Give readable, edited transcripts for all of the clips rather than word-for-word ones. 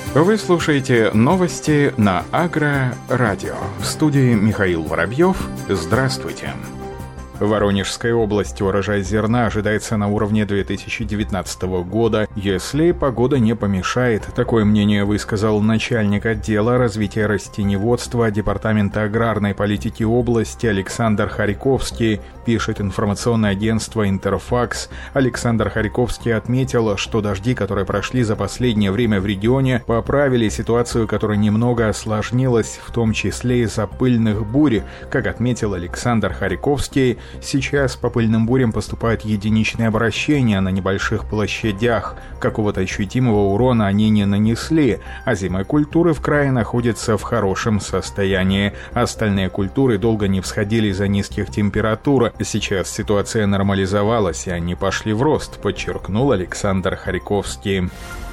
Вы слушаете новости на Агро-радио. В студии Михаил Воробьев. Здравствуйте. В Воронежской области урожай зерна ожидается на уровне 2019 года, если погода не помешает. Такое мнение высказал начальник отдела развития растениеводства Департамента аграрной политики области Александр Харьковский, пишет информационное агентство «Интерфакс». Александр Харьковский отметил, что дожди, которые прошли за последнее время в регионе, поправили ситуацию, которая немного осложнилась, в том числе из-за пыльных бурь. Как отметил Александр Харьковский, сейчас по пыльным бурям поступают единичные обращения на небольших площадях. Какого-то ощутимого урона они не нанесли, а зимой культуры в крае находятся в хорошем состоянии. Остальные культуры долго не всходили из-за низких температур. Сейчас ситуация нормализовалась, и они пошли в рост, подчеркнул Александр Харьковский.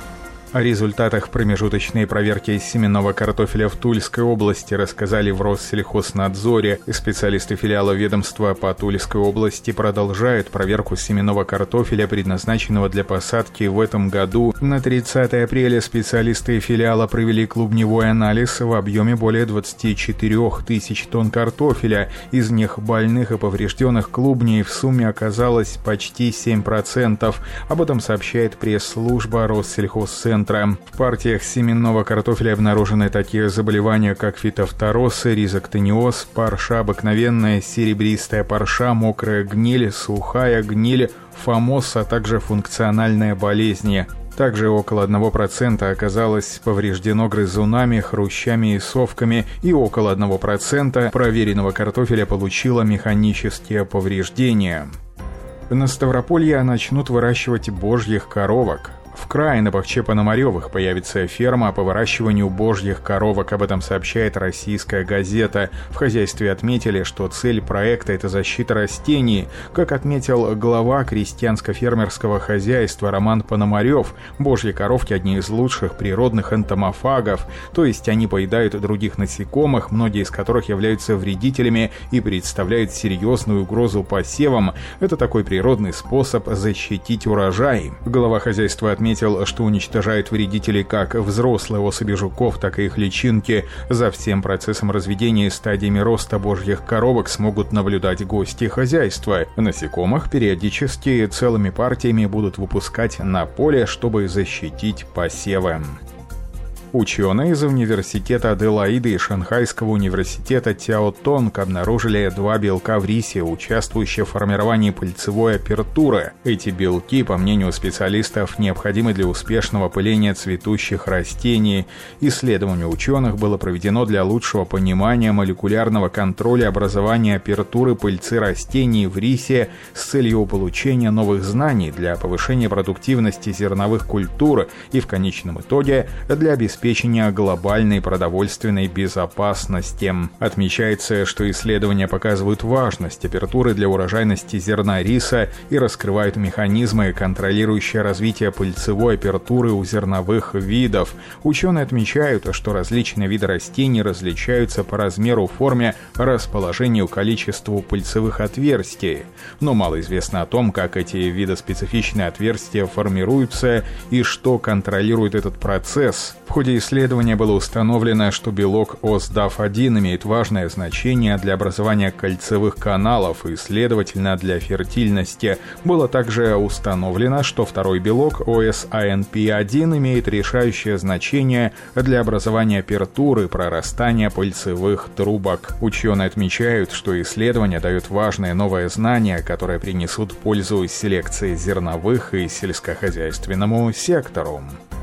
О результатах промежуточной проверки семенного картофеля в Тульской области рассказали в Россельхознадзоре. Специалисты филиала ведомства по Тульской области продолжают проверку семенного картофеля, предназначенного для посадки в этом году. На 30 апреля специалисты филиала провели клубневой анализ в объеме более 24 тысяч тонн картофеля. Из них больных и поврежденных клубней в сумме оказалось почти 7%. Об этом сообщает пресс-служба Россельхозцентра. В партиях семенного картофеля обнаружены такие заболевания, как фитофтороз, ризоктониоз, парша обыкновенная, серебристая парша, мокрая гниль, сухая гниль, фомоз, а также функциональные болезни. Также около 1% оказалось повреждено грызунами, хрущами и совками, и около 1% проверенного картофеля получило механические повреждения. На Ставрополье начнут выращивать божьих коровок. В крае на Бахче Пономарёвых появится ферма по выращиванию божьих коровок. Об этом сообщает «Российская газета». В хозяйстве отметили, что цель проекта – это защита растений. Как отметил глава крестьянско-фермерского хозяйства Роман Пономарёв, божьи коровки – одни из лучших природных энтомофагов, то есть они поедают других насекомых, многие из которых являются вредителями и представляют серьезную угрозу посевам. Это такой природный способ защитить урожай. Глава хозяйства отметил, что уничтожают вредителей как взрослые особи жуков, так и их личинки. За всем процессом разведения и стадиями роста божьих коровок смогут наблюдать гости хозяйства. Насекомых периодически целыми партиями будут выпускать на поле, чтобы защитить посевы. Ученые из университета Аделаиды и Шанхайского университета Тяотонг обнаружили 2 белка в рисе, участвующие в формировании пыльцевой апертуры. Эти белки, по мнению специалистов, необходимы для успешного пыления цветущих растений. Исследование ученых было проведено для лучшего понимания молекулярного контроля образования апертуры пыльцы растений в рисе с целью получения новых знаний для повышения продуктивности зерновых культур и, в конечном итоге, для обеспечения глобальной продовольственной безопасности. Отмечается, что исследования показывают важность апертуры для урожайности зерна риса и раскрывают механизмы, контролирующие развитие пыльцевой апертуры у зерновых видов. Ученые отмечают, что различные виды растений различаются по размеру, форме, расположению, количеству пыльцевых отверстий. Но мало известно о том, как эти видоспецифичные отверстия формируются и что контролирует этот процесс. В ходе исследования было установлено, что белок ОСДАФ-1 имеет важное значение для образования кольцевых каналов и, следовательно, для фертильности. Было также установлено, что второй белок ОСАНП-1 имеет решающее значение для образования апертуры и прорастания пыльцевых трубок. Ученые отмечают, что исследования дают важные новые знания, которые принесут пользу селекции зерновых и сельскохозяйственному сектору.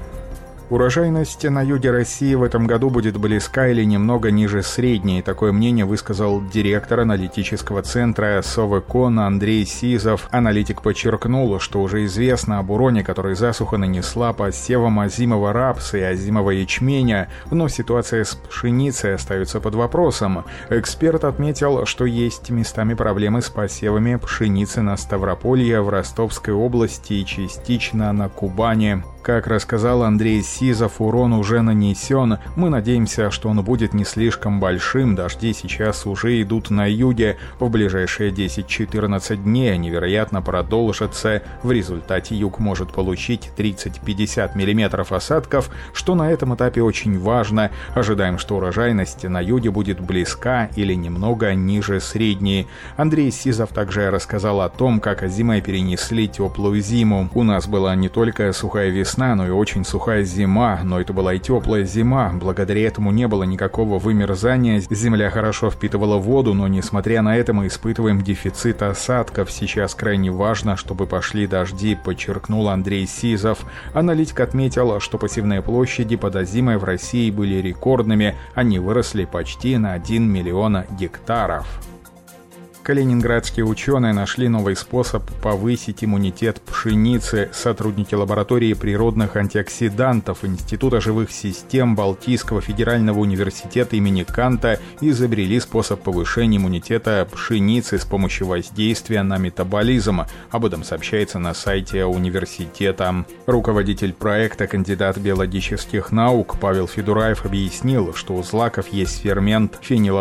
Урожайность на юге России в этом году будет близка или немного ниже средней. Такое мнение высказал директор аналитического центра Совэкон Андрей Сизов. Аналитик подчеркнул, что уже известно об уроне, который засуха нанесла посевам озимого рапса и озимого ячменя, но ситуация с пшеницей остается под вопросом. Эксперт отметил, что есть местами проблемы с посевами пшеницы на Ставрополье, в Ростовской области и частично на Кубани. Как рассказал Андрей Сизов, урон уже нанесен. Мы надеемся, что он будет не слишком большим. Дожди сейчас уже идут на юге. В ближайшие 10-14 дней они, вероятно, продолжатся. В результате юг может получить 30-50 мм осадков, что на этом этапе очень важно. Ожидаем, что урожайность на юге будет близка или немного ниже средней. Андрей Сизов также рассказал о том, как озимые перенесли теплую зиму. У нас была не только сухая весна, но и очень сухая зима, но это была и теплая зима. Благодаря этому не было никакого вымерзания. Земля хорошо впитывала воду, но несмотря на это мы испытываем дефицит осадков. Сейчас крайне важно, чтобы пошли дожди, подчеркнул Андрей Сизов. Аналитик отметил, что посевные площади под озимой в России были рекордными. Они выросли почти на 1 миллион гектаров. Калининградские ученые нашли новый способ повысить иммунитет пшеницы. Сотрудники лаборатории природных антиоксидантов Института живых систем Балтийского федерального университета имени Канта изобрели способ повышения иммунитета пшеницы с помощью воздействия на метаболизм. Об этом сообщается на сайте университета. Руководитель проекта, кандидат биологических наук Павел Федураев объяснил, что у злаков есть фермент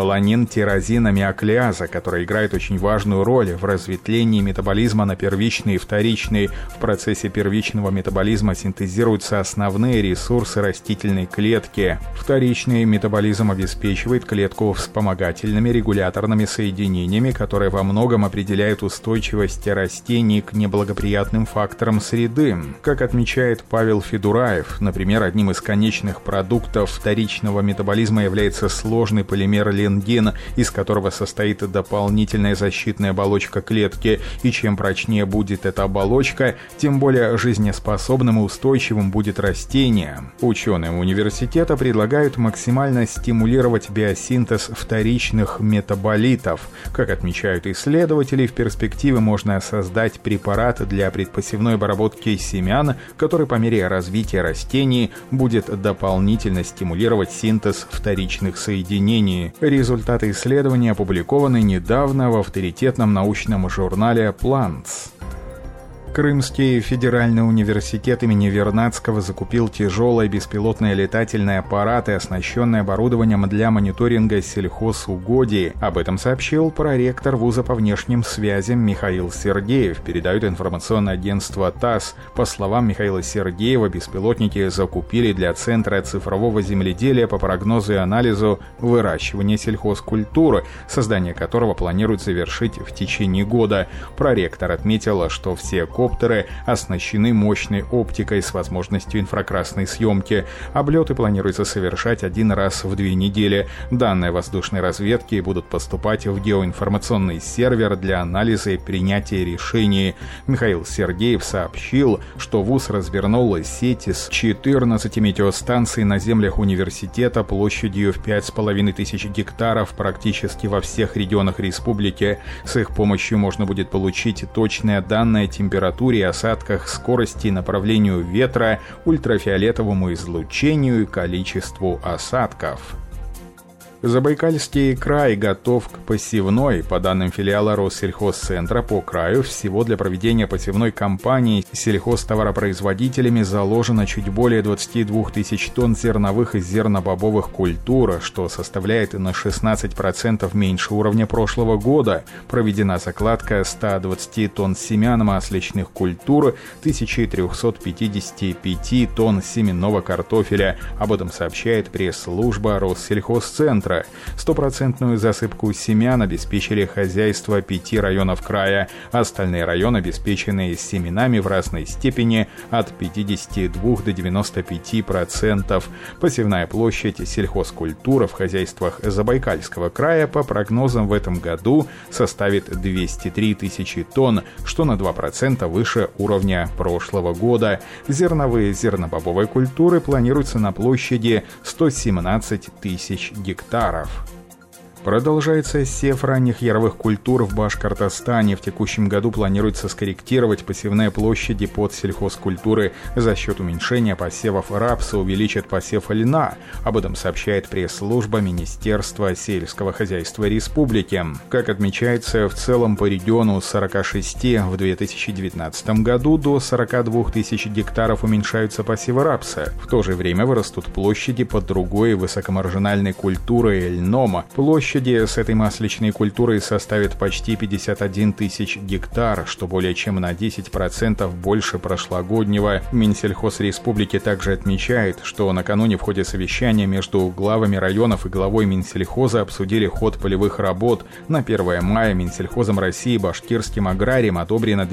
фенилаланин-тирозин-аммиоклеаза, который играет очень важную роль в разветвлении метаболизма на первичный и вторичный. В процессе первичного метаболизма синтезируются основные ресурсы растительной клетки. Вторичный метаболизм обеспечивает клетку вспомогательными регуляторными соединениями, которые во многом определяют устойчивость растений к неблагоприятным факторам среды. Как отмечает Павел Федураев, например, одним из конечных продуктов вторичного метаболизма является сложный полимер линдин, из которого состоит дополнительная защитная оболочка клетки, и чем прочнее будет эта оболочка, тем более жизнеспособным и устойчивым будет растение. Ученые университета предлагают максимально стимулировать биосинтез вторичных метаболитов. Как отмечают исследователи, в перспективе можно создать препарат для предпосевной обработки семян, который по мере развития растений будет дополнительно стимулировать синтез вторичных соединений. Результаты исследования опубликованы недавно в авторитетном научном журнале Plants. Крымский федеральный университет имени Вернадского закупил тяжелые беспилотные летательные аппараты, оснащенные оборудованием для мониторинга сельхозугодий. Об этом сообщил проректор вуза по внешним связям Михаил Сергеев, передает информационное агентство ТАСС. По словам Михаила Сергеева, беспилотники закупили для Центра цифрового земледелия по прогнозу и анализу выращивания сельхозкультуры, создание которого планируют завершить в течение года. Проректор отметил, что все коптеры оснащены мощной оптикой с возможностью инфракрасной съемки. Облеты планируется совершать один раз в 2 недели. Данные воздушной разведки будут поступать в геоинформационный сервер для анализа и принятия решений. Михаил Сергеев сообщил, что вуз развернул сеть из 14 метеостанций на землях университета площадью в 5500 гектаров практически во всех регионах республики. С их помощью можно будет получить точные данные о температуре и осадках, скорости и направлению ветра, ультрафиолетовому излучению и количеству осадков. Забайкальский край готов к посевной. По данным филиала Россельхозцентра по краю, всего для проведения посевной кампании сельхозтоваропроизводителями заложено чуть более 22 тысяч тонн зерновых и зернобобовых культур, что составляет на 16% меньше уровня прошлого года. Проведена закладка 120 тонн семян масличных культур, 1355 тонн семенного картофеля. Об этом сообщает пресс-служба Россельхозцентра. 100% засыпку семян обеспечили хозяйства 5 районов края. Остальные районы обеспечены семенами в разной степени от 52 до 95%. Посевная площадь сельхозкультуры в хозяйствах Забайкальского края по прогнозам в этом году составит 203 тысячи тонн, что на 2% выше уровня прошлого года. Зерновые и зернобобовые культуры планируются на площади 117 тысяч гектаров. Продолжается сев ранних яровых культур в Башкортостане. В текущем году планируется скорректировать посевные площади под сельхозкультуры за счет уменьшения посевов рапса, увеличит посев льна. Об этом сообщает пресс-служба Министерства сельского хозяйства республики. Как отмечается, в целом по региону с 46 в 2019 году до 42 тысяч гектаров уменьшаются посевы рапса. В то же время вырастут площади под другой высокомаржинальной культурой льном. Площади с этой масличной культурой составит почти 51 тысяч гектар, что более чем на 10% больше прошлогоднего. Минсельхоз республики также отмечает, что накануне в ходе совещания между главами районов и главой Минсельхоза обсудили ход полевых работ. На 1 мая Минсельхозом России башкирским аграриям одобрено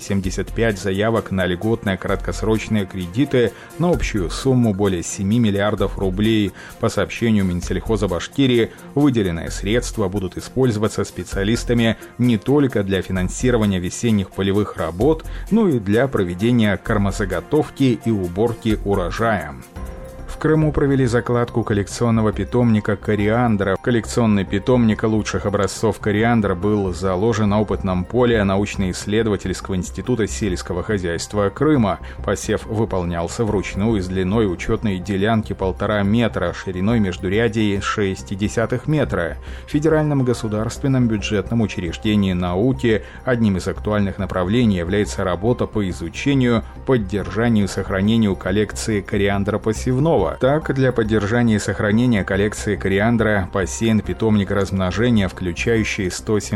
275 заявок на льготные краткосрочные кредиты на общую сумму более 7 миллиардов рублей. По сообщению Минсельхоза Башкирии, выделенные средства будут использоваться специалистами не только для финансирования весенних полевых работ, но и для проведения кормозаготовки и уборки урожая. В Крыму провели закладку коллекционного питомника кориандра. Коллекционный питомник лучших образцов кориандра был заложен на опытном поле научно-исследовательского института сельского хозяйства Крыма. Посев выполнялся вручную с длиной учетной делянки 1,5 метра, шириной междурядий 0,6 метра. В Федеральном государственном бюджетном учреждении науки одним из актуальных направлений является работа по изучению, поддержанию и сохранению коллекции кориандра посевного. Так, для поддержания и сохранения коллекции кориандра посеян питомник размножения, включающий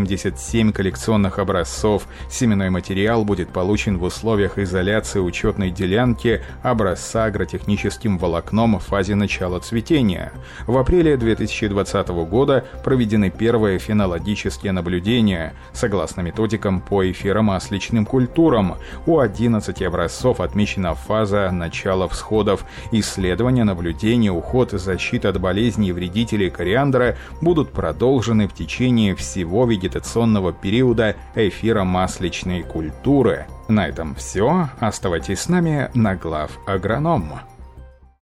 177 коллекционных образцов. Семенной материал будет получен в условиях изоляции учетной делянки образца агротехническим волокном в фазе начала цветения. В апреле 2020 года проведены первые фенологические наблюдения. Согласно методикам по эфиромасличным культурам, у 11 образцов отмечена фаза начала всходов. Исследования, наблюдения, уход и защита от болезней и вредителей кориандра будут продолжены в течение всего вегетационного периода эфиромасличной культуры. На этом все. Оставайтесь с нами на Глав Агроном.